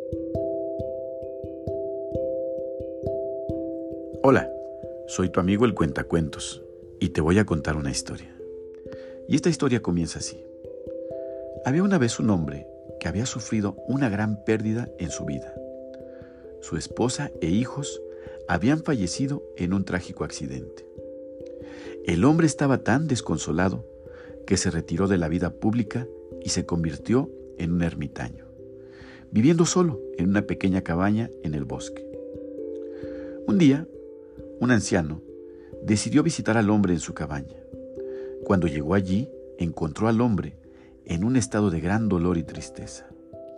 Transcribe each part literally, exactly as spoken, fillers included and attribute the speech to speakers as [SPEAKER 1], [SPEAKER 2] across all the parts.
[SPEAKER 1] Hola, soy tu amigo el Cuentacuentos y te voy a contar una historia. Y esta historia comienza así. Había una vez un hombre que había sufrido una gran pérdida en su vida. Su esposa e hijos habían fallecido en un trágico accidente. El hombre estaba tan desconsolado que se retiró de la vida pública y se convirtió en un ermitaño, viviendo solo en una pequeña cabaña en el bosque. Un día, un anciano decidió visitar al hombre en su cabaña. Cuando llegó allí, encontró al hombre en un estado de gran dolor y tristeza.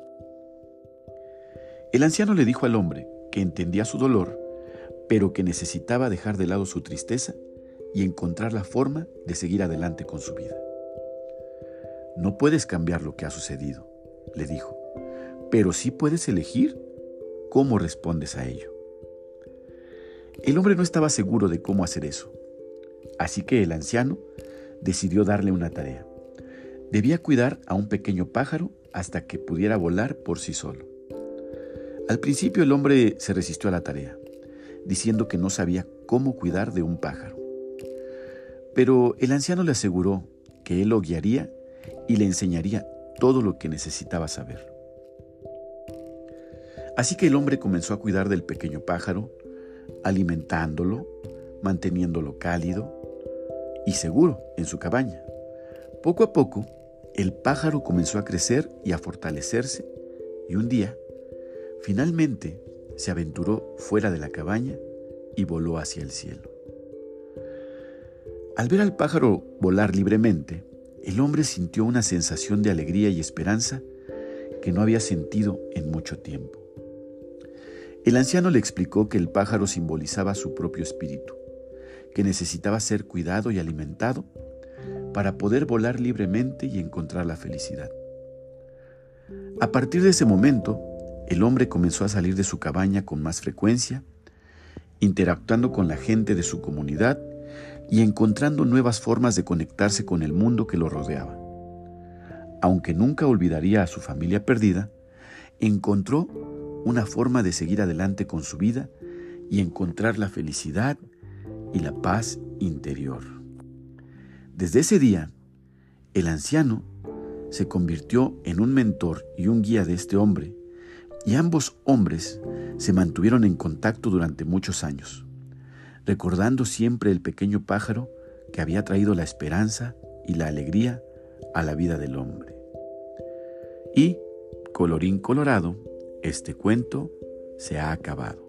[SPEAKER 1] El anciano le dijo al hombre que entendía su dolor, pero que necesitaba dejar de lado su tristeza y encontrar la forma de seguir adelante con su vida. No puedes cambiar lo que ha sucedido, le dijo, pero sí puedes elegir cómo respondes a ello. El hombre no estaba seguro de cómo hacer eso, así que el anciano decidió darle una tarea. Debía cuidar a un pequeño pájaro hasta que pudiera volar por sí solo. Al principio el hombre se resistió a la tarea, diciendo que no sabía cómo cuidar de un pájaro. Pero el anciano le aseguró que él lo guiaría y le enseñaría todo lo que necesitaba saber. Así que el hombre comenzó a cuidar del pequeño pájaro, alimentándolo, manteniéndolo cálido y seguro en su cabaña. Poco a poco, el pájaro comenzó a crecer y a fortalecerse, y un día, finalmente, se aventuró fuera de la cabaña y voló hacia el cielo. Al ver al pájaro volar libremente, el hombre sintió una sensación de alegría y esperanza que no había sentido en mucho tiempo. El anciano le explicó que el pájaro simbolizaba su propio espíritu, que necesitaba ser cuidado y alimentado para poder volar libremente y encontrar la felicidad. A partir de ese momento, el hombre comenzó a salir de su cabaña con más frecuencia, interactuando con la gente de su comunidad y encontrando nuevas formas de conectarse con el mundo que lo rodeaba. Aunque nunca olvidaría a su familia perdida, encontró una forma de seguir adelante con su vida y encontrar la felicidad y la paz interior. Desde ese día, el anciano se convirtió en un mentor y un guía de este hombre, y ambos hombres se mantuvieron en contacto durante muchos años, recordando siempre el pequeño pájaro que había traído la esperanza y la alegría a la vida del hombre. Y, colorín colorado, este cuento se ha acabado.